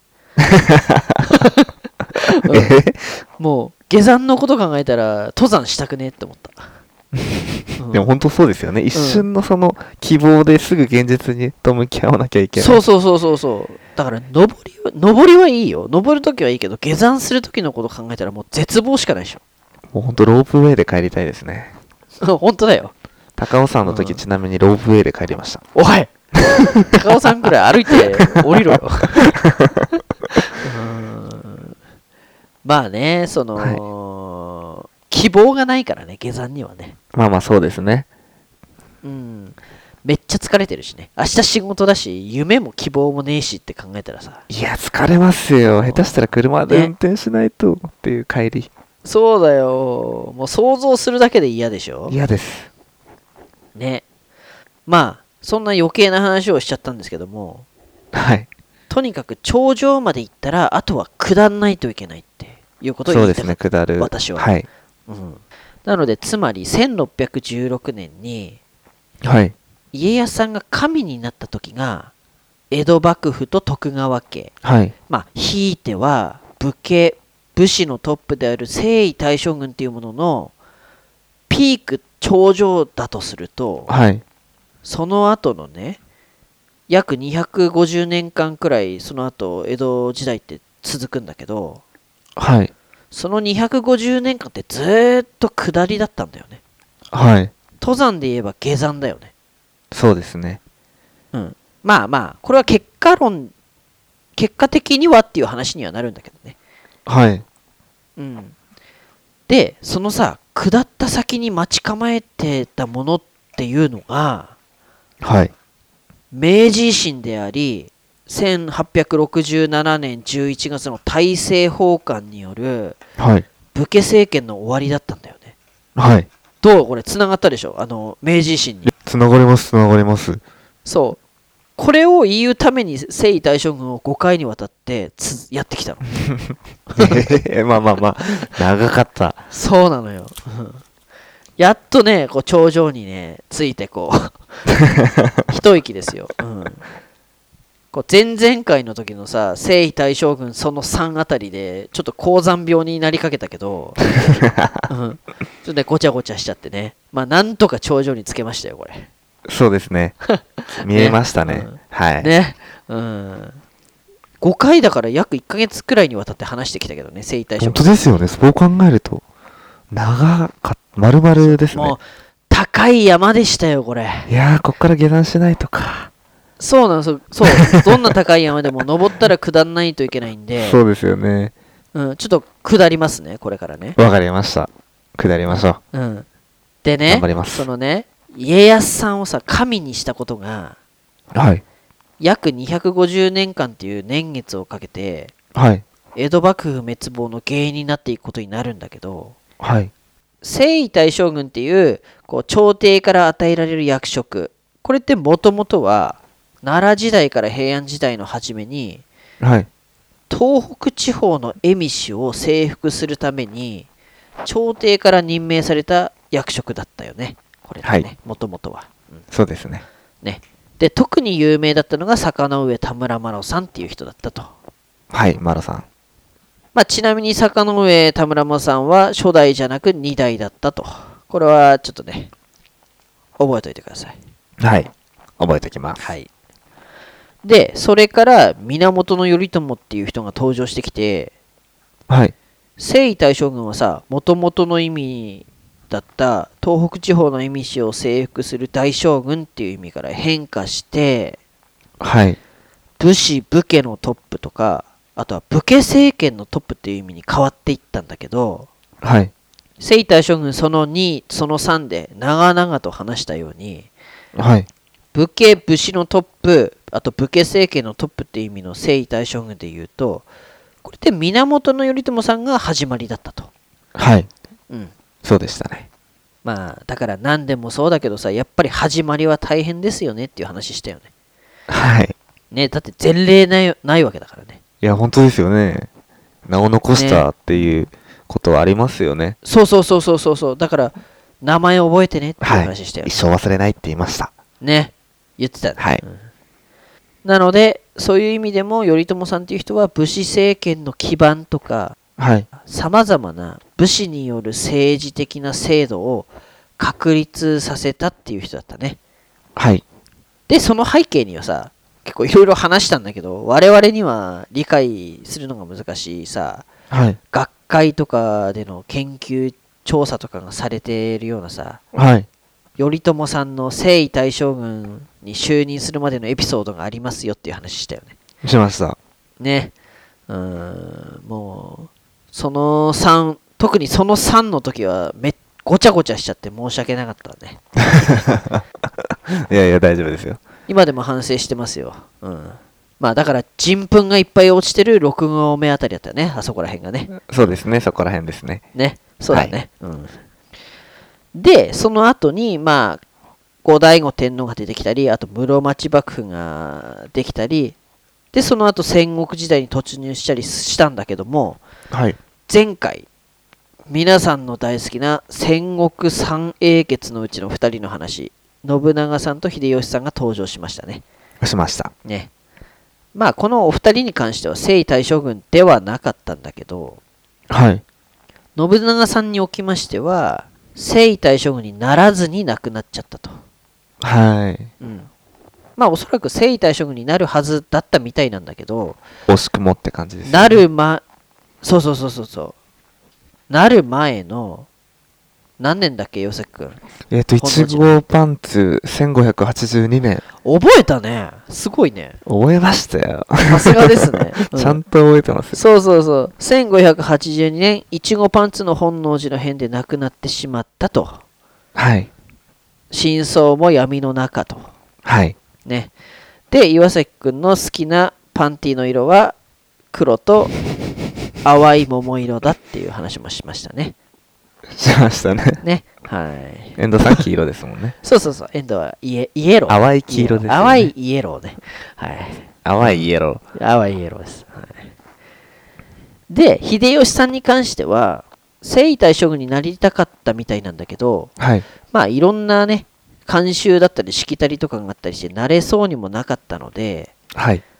B: うん、もう下山のこと考えたら登山したくねって思った。
A: でも本当そうですよね。一瞬のその希望ですぐ現実にと向き合わなきゃいけない。
B: そうそうそうそうそう。だから登りはいいよ。登るときはいいけど、下山するときのこと考えたらもう絶望しかないでしょ。
A: もう本当ロープウェイで帰りたいですね。
B: 本当だよ。
A: 高尾山の時、ちなみにロープウェイで帰りました。
B: おい高尾山くらい歩いて降りろよ。まあね、その、はい、希望がないからね、下山にはね。
A: まあまあそうですね。
B: うん。めっちゃ疲れてるしね。明日仕事だし、夢も希望もねえしって考えたらさ。
A: いや、疲れますよ。下手したら車で運転しないとっていう帰り。
B: そうだよ。もう想像するだけで嫌でしょ？
A: 嫌です。
B: ね。まあ、そんな余計な話をしちゃったんですけども。
A: はい。
B: とにかく頂上まで行ったら、あとは下んないといけないっていうことを言ってた。
A: そうですね、下る。
B: 私は。
A: はい。
B: うん。なので、つまり1616年に、
A: はい。
B: 家康さんが神になった時が、江戸幕府と徳川家。
A: はい。
B: まあ、ひいては、武士のトップである征夷大将軍っていうもののピーク頂上だとすると、
A: はい、
B: その後のね、約250年間くらいその後江戸時代って続くんだけど、
A: はい、
B: その250年間ってずーっと下りだったんだよね。
A: はい。
B: 登山で言えば下山だよね。
A: そうですね。
B: うん。まあまあ、これは結果的にはっていう話にはなるんだけどね。
A: はい。
B: うん。で、そのさ、下った先に待ち構えてたものっていうのが、
A: はい。
B: 明治維新であり、1867年11月の大政奉還による、
A: はい。
B: 武家政権の終わりだったんだよね。
A: はい。
B: どうこれ、つながったでしょ？明治維新に。
A: つながります、つながります。
B: そう。これを言うために征夷大将軍を5回にわたってやってきたの。
A: まあまあまあ、長かった。
B: そうなのよ。やっとね、こう頂上にね、ついてこう、一息ですよ。うん。 こう前々回の時のさ、征夷大将軍その3あたりで、ちょっと高山病になりかけたけど、ちょっとね、ごちゃごちゃしちゃってね。まあ、なんとか頂上につけましたよ、これ。
A: そうですね。見えましたね。はい。
B: ね。5回だから約1ヶ月くらいにわたって話してきたけどね、征夷大将軍。
A: 本当ですよね。そう考えると。丸々ですね。もう、
B: 高い山でしたよ、これ。
A: いやー、こっから下山しないとか。
B: そうなんですよ。そう。どんな高い山でも登ったら下んないといけないんで。
A: そうですよね。
B: ちょっと下りますね、これからね。
A: わかりました。下りましょ
B: う。でね、
A: 頑張ります。
B: そのね、家康さんをさ、神にしたことが、
A: はい。
B: 約250年間っていう年月をかけて、
A: はい。
B: 江戸幕府滅亡の原因になっていくことになるんだけど、
A: はい。
B: 征夷大将軍っていう、こう朝廷から与えられる役職、これってもともとは奈良時代から平安時代の初めに、
A: はい、
B: 東北地方の蝦夷氏を征服するために朝廷から任命された役職だったよね、これね、もともとは、
A: そうですね。
B: で、特に有名だったのが坂上田村麻呂さんっていう人だったと。
A: はい、麻呂さん。
B: まあ、ちなみに坂上田村麻呂さんは初代じゃなく2代だったと。これはちょっとね、覚えておいてください。
A: はい、覚えておきます。
B: はい。で、それから源頼朝っていう人が登場してきて、
A: はい。
B: 征夷大将軍はさ、もともとの意味だった東北地方の蝦夷氏を征服する大将軍っていう意味から変化して、
A: はい。
B: 武士武家のトップとか、あとは武家政権のトップっていう意味に変わっていったんだけど、
A: はい。
B: 征夷大将軍その2、その3で長々と話したように、
A: はい。
B: 武家武士のトップ、あと武家政権のトップっていう意味の征夷大将軍でいうと、これって源頼朝さんが始まりだったと。
A: はい。そうでしたね。
B: まあ、だから何でもそうだけどさ、やっぱり始まりは大変ですよねっていう話したよね。
A: はい。
B: ね、だって前例ないわけだからね。
A: いや、本当ですよね。名を残したっていうことはありますよね。
B: そう。だから、名前覚えてねっていう話したよね。
A: 一生忘れないって言いました。
B: ね。言ってたね。
A: はい。
B: なので、そういう意味でも頼朝さんっていう人は武士政権の基盤とか、さまざまな武士による政治的な制度を確立させたっていう人だったね。
A: はい。
B: で、その背景にはさ、結構いろいろ話したんだけど、我々には理解するのが難しいさ、
A: はい、
B: 学会とかでの研究調査とかがされているようなさ、
A: はい、
B: 頼朝さんの征夷大将軍に就任するまでのエピソードがありますよっていう話したよね。
A: しました。
B: ね。もう、その3、特にその3の時はごちゃごちゃしちゃって申し訳なかったね。
A: いやいや、大丈夫ですよ。
B: 今でも反省してますよ。まあだから人糞がいっぱい落ちてる6合目あたりだったよね、あそこら辺がね。
A: そうですね、そこら辺ですね。
B: ね、そうだね。で、その後に、まあ、後醍醐天皇が出てきたり、あと室町幕府ができたり、で、その後戦国時代に突入したりしたんだけども、
A: はい、
B: 前回、皆さんの大好きな戦国三英傑のうちの2人の話、信長さんと秀吉さんが登場しましたね。
A: しました。
B: ね。まあ、このお二人に関しては征夷大将軍ではなかったんだけど、
A: はい。
B: 信長さんにおきましては、征夷大将軍にならずに亡くなっちゃったと。
A: はい。
B: まあ、おそらく征夷大将軍になるはずだったみたいなんだけど、
A: 惜しくもって感じですね。
B: そう。なる前の、何年だっけ、ヨセク君。
A: 1号パンツ1582年。
B: 覚えたね。すごいね。
A: 覚えましたよ。
B: さすがですね。
A: ちゃんと覚えてます
B: よ。そう。1582年、いちごパンツの本能寺の変で亡くなってしまったと。
A: はい。
B: 真相も闇の中と。
A: はい。
B: ね。で、岩崎くんの好きなパンティの色は黒と淡い桃色だっていう話もしましたね。
A: しましたね。
B: ね。はい。
A: エンドさん黄色ですもんね。
B: そう。エンドはイエロー。
A: 淡い黄色ですね。
B: 淡いイエローね。はい。
A: 淡いイエロ
B: ー。淡いイエローです。はい、で、秀吉さんに関しては、征夷大将軍になりたかったみたいなんだけど、
A: はい。
B: まあ、いろんなね、慣習だったりしきたりとかがあったりして、なれそうにもなかったので、
A: はい。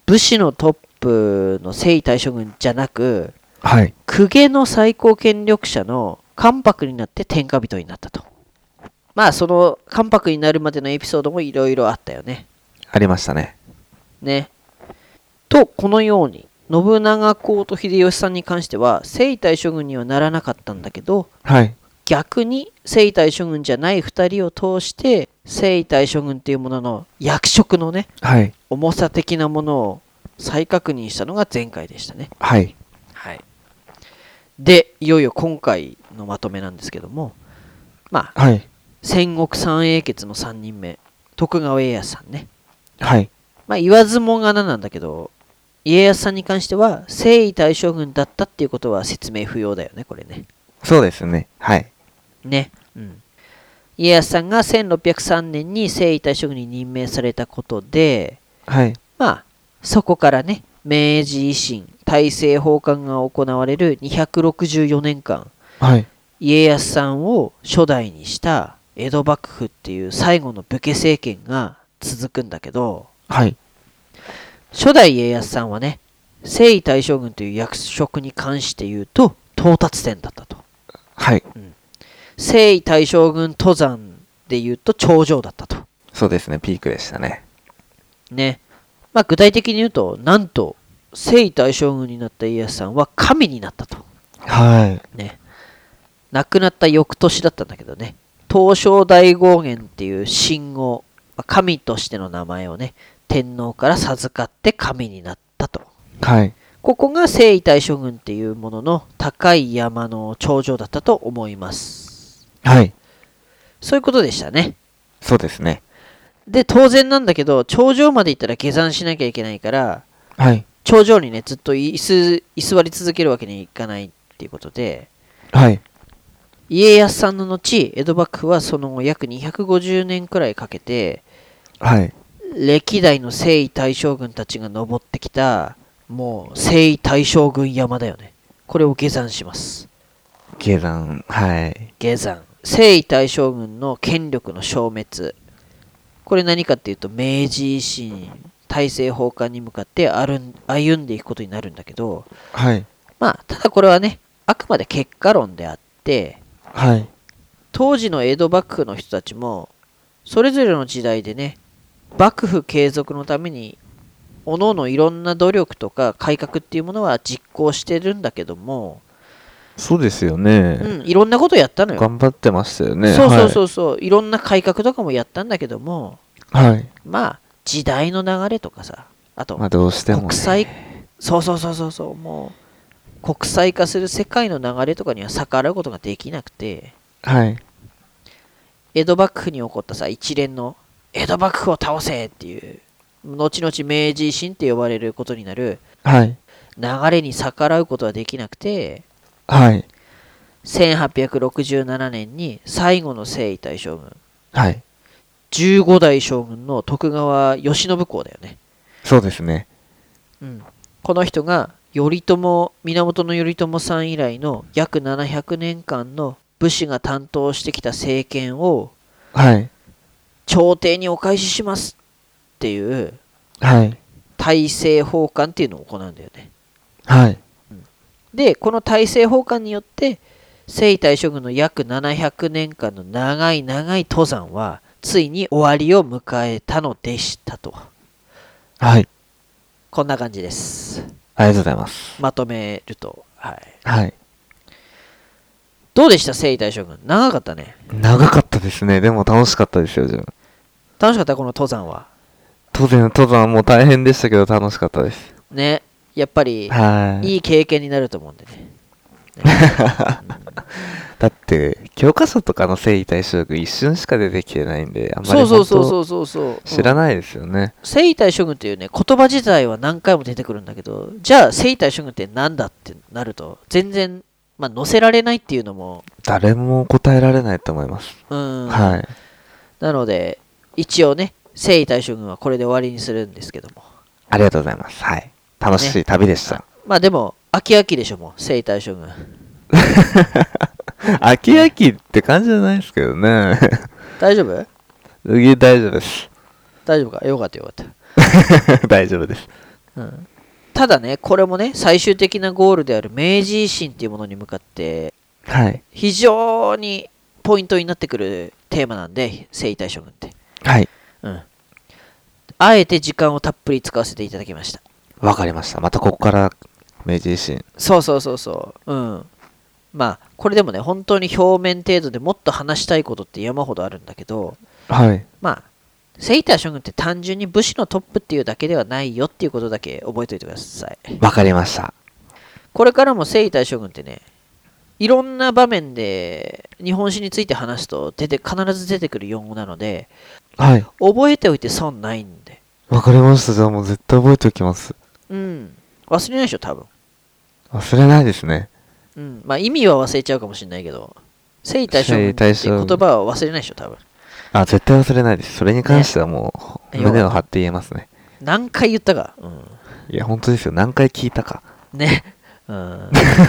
B: 武士のトップの征夷大将軍じゃなく、
A: はい、
B: 公家の最高権力者の関白になって天下人になったと。まあその関白になるまでのエピソードもいろいろあったよね。
A: ありましたね。
B: ね。とこのように信長公と秀吉さんに関しては征夷大将軍にはならなかったんだけど、
A: はい、
B: 逆に征夷大将軍じゃない2人を通して征夷大将軍っていうものの役職のね、
A: はい、
B: 重さ的なものを再確認したのが前回でしたね。
A: はい、
B: はい。で、いよいよ今回のまとめなんですけども、まあ、
A: はい、
B: 戦国三英傑の3人目、徳川家康さんね。
A: はい、
B: まあ、言わずもがななんだけど、家康さんに関しては征夷大将軍だったっていうことは説明不要だよね、これね。
A: そうですね。はい。
B: ね。うん。家康さんが1603年に征夷大将軍に任命されたことで、
A: はい。
B: まあ、そこからね、明治維新、大政奉還が行われる264年間、
A: はい、
B: 家康さんを初代にした江戸幕府っていう最後の武家政権が続くんだけど、
A: はい、
B: 初代家康さんはね、征夷大将軍という役職に関して言うと到達点だったと。
A: はい。
B: 征夷大将軍登山で言うと頂上だったと。
A: そうですね、ピークでしたね。
B: ね。まあ具体的に言うと、なんと征夷大将軍になった家康さんは神になったと。
A: はい。
B: ね。亡くなった翌年だったんだけどね、東照大権現っていう神号、神としての名前をね、天皇から授かって神になったと。
A: はい。
B: ここが征夷大将軍っていうものの高い山の頂上だったと思います。
A: はい。
B: そういうことでしたね。
A: そうですね。
B: で、当然なんだけど、頂上まで行ったら下山しなきゃいけないから、
A: はい。
B: 頂上にね、ずっと居座り続けるわけにいかないっていうことで、
A: はい。
B: 家康さんの後、江戸幕府はその後約250年くらいかけて、
A: はい。
B: 歴代の征夷大将軍たちが登ってきた、もう征夷大将軍山だよね。これを下山します。
A: 下山。はい。
B: 下山。征夷大将軍の権力の消滅。これ何かっていうと、明治維新、大政奉還に向かって歩んでいくことになるんだけど、
A: はい。
B: まあ、ただこれはね、あくまで結果論であって、
A: はい。
B: 当時の江戸幕府の人たちも、それぞれの時代でね、幕府継続のために、各々いろんな努力とか改革っていうものは実行してるんだけども、
A: そうですよね。
B: うん、いろんなことやったのよ。
A: 頑張ってましたよね。
B: そうそうそうそう、いろんな改革とかもやったんだけども、
A: はい。
B: まあ、時代の流れとかさ、あと、
A: まあどうしても、ね、
B: 国際、そうそうそうそうそう、もう、国際化する世界の流れとかには逆らうことができなくて、
A: はい。
B: 江戸幕府に起こったさ、一連の江戸幕府を倒せっていう、後々明治維新って呼ばれることになる、
A: はい。
B: 流れに逆らうことはできなくて、
A: はい。
B: 1867年に最後の征夷大将軍、
A: はい。
B: 15代将軍の徳川慶喜公だよね。
A: そうですね。
B: うん。この人が源頼朝さん以来の約700年間の武士が担当してきた政権を、
A: はい。
B: 朝廷にお返ししますっていう、
A: はい。
B: 大政奉還っていうのを行うんだよね。
A: はい。
B: で、この大政奉還によって、征夷大将軍の約700年間の長い長い登山は、ついに終わりを迎えたのでしたと。
A: はい。
B: こんな感じです。
A: ありがとうございます。
B: まとめると。はい。
A: はい。
B: どうでした征夷大将軍。長かったね。
A: 長かったですね。でも楽しかったですよ、自分。
B: 楽しかったこの登山は。
A: 当然、登山も大変でしたけど楽しかったです。
B: ね。やっぱり、いい経験になると思うんでね。
A: だって、教科書とかの征夷大将軍一瞬しか出てきてないんで、あんまり
B: そう
A: 知らないですよね。
B: 征夷大将軍っていうね、言葉自体は何回も出てくるんだけど、じゃあ征夷大将軍ってなんだってなると、全然、まあ、載せられないっていうのも。
A: 誰も答えられないと思います。はい。
B: なので、一応ね、征夷大将軍はこれで終わりにするんですけども。
A: ありがとうございます。はい。楽しい旅でした。
B: ね、まあでも、秋秋でしょ、もう、征夷大将軍。
A: 秋秋って感じじゃないですけどね。
B: 大丈夫？
A: 大丈夫です。
B: 大丈夫か？よかったよかった。
A: 大丈夫です。
B: うん、ただね、これもね、最終的なゴールである明治維新っていうものに向かって、
A: はい。
B: 非常にポイントになってくるテーマなんで、征夷大将軍って。
A: はい。
B: うん。あえて時間をたっぷり使わせていただきました。
A: わかりました。またここから明治維新。
B: そうそうそうそう。うん。まあ、これでもね、本当に表面程度でもっと話したいことって山ほどあるんだけど、
A: はい。
B: まあ、征夷大将軍って単純に武士のトップっていうだけではないよっていうことだけ覚えておいてください。
A: わかりました。
B: これからも征夷大将軍ってね、いろんな場面で日本史について話すと必ず出てくる用語なので、
A: はい。
B: 覚えておいて損ないんで。
A: わかりました。じゃあもう絶対覚えておきます。
B: うん。忘れないでしょ、多分。
A: 忘れないですね。
B: うん。まあ意味は忘れちゃうかもしれないけど、征夷大将軍って言葉は忘れないでしょ、多分。
A: あ、絶対忘れないです。それに関してはもう、胸を張って言えますね。
B: 何回言ったか。うん。
A: いや、本当ですよ。何回聞いたか。
B: ね。うん。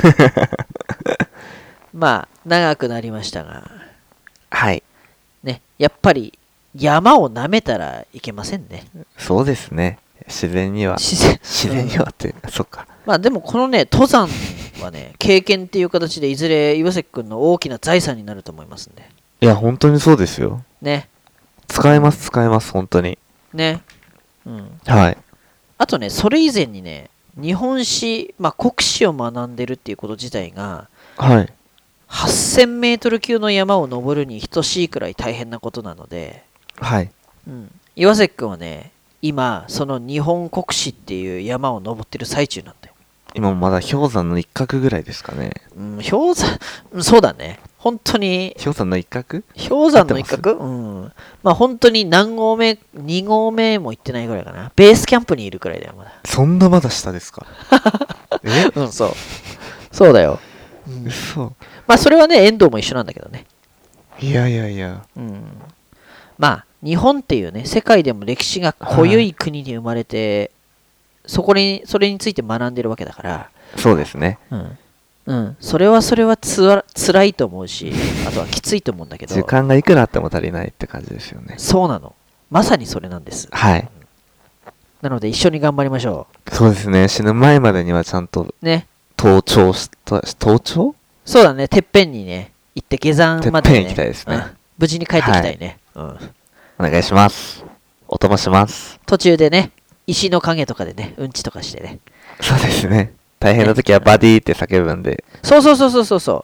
B: まあ、長くなりましたが。
A: はい。
B: ね。やっぱり、山を舐めたらいけませんね。
A: そうですね。自然には。自然にはって、そっか。
B: まあでもこのね、登山はね、経験っていう形でいずれ岩崎くんの大きな財産になると思いますんで。
A: いや、本当にそうですよ。
B: ね。
A: 使えます、使えます、本当に。
B: ね。うん。
A: はい。
B: あとね、それ以前にね、日本史、まあ国史を学んでるっていうこと自体が、
A: はい。
B: 8000メートル級の山を登るに等しいくらい大変なことなので、
A: はい。
B: うん。岩崎くんはね、今、その日本国史っていう山を登ってる最中なんだよ。
A: 今もまだ氷山の一角ぐらいですかね。
B: うん、氷山、そうだね。本当に。
A: 氷山の一角？
B: 氷山の一角？うん。まあ本当に何合目、2合目も行ってないぐらいかな。ベースキャンプにいるくらいだよ、まだ。
A: そんなまだ下ですか？え？
B: うん、そう。そうだよ。
A: 嘘。
B: まあそれはね、遠藤も一緒なんだけどね。
A: いやいやいや。
B: うん。まあ、日本っていうね、世界でも歴史が濃ゆい国に生まれて、それについて学んでるわけだから。
A: そうですね。
B: うん。うん。それは辛いと思うし、あとはきついと思うんだけど。
A: 時間がいくらあっても足りないって感じですよね。
B: そうなの。まさにそれなんです。
A: はい。
B: なので一緒に頑張りましょ
A: う。そうですね。死ぬ前までにはちゃんと、
B: ね。
A: 登頂？
B: そうだね。てっぺんにね、行って下山まで、ね。
A: てっぺん行きたいですね。
B: 無事に帰ってきたいね。うん。
A: お願いします。お供します。
B: 途中でね、石の影とかでね、うんちとかしてね。
A: そうですね。大変な時はバディって叫ぶんで。
B: そう。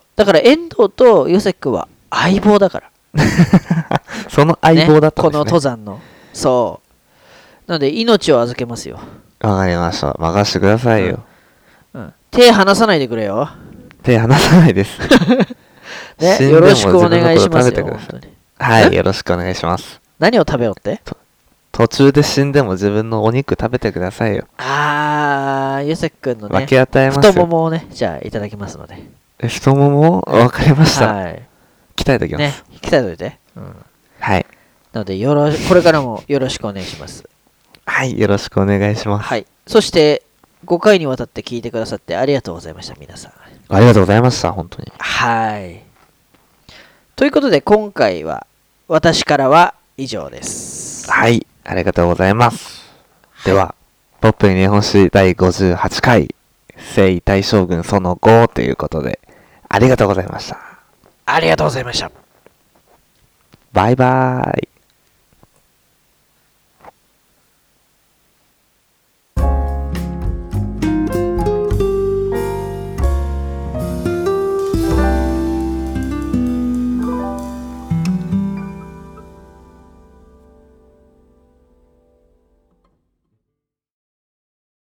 B: だから遠藤と岩崎くんは相棒だから。
A: その相棒だったんですね。
B: この登山の。そう。なので命を預けますよ。
A: わかりました。任せてくださいよ。
B: うん。手離さないでくれよ。
A: 手離さないです。
B: ね、よろしくお願いしますよ。
A: はい、よろしくお願いします。
B: 何を食べようって
A: 途中で死んでも自分のお肉食べてくださいよ。
B: ゆせくんのね、
A: 分け与えますよ。
B: 太ももをね、じゃあいただきますので。
A: 太ももわかりました。
B: はい。
A: 鍛えておきます。
B: ね、鍛えといて。うん。
A: はい。
B: なので、これからもよろしくお願いします。
A: はい、よろしくお願いします。
B: はい。そして、5回にわたって聞いてくださってありがとうございました、皆さん。
A: ありがとうございました、本当に。
B: はい。ということで、今回は、私からは以上です。
A: はい、ありがとうございます。では、ポップに日本史第58回、征夷大将軍その5ということで、ありがとうございました。
B: ありがとうございました。
A: バイバーイ。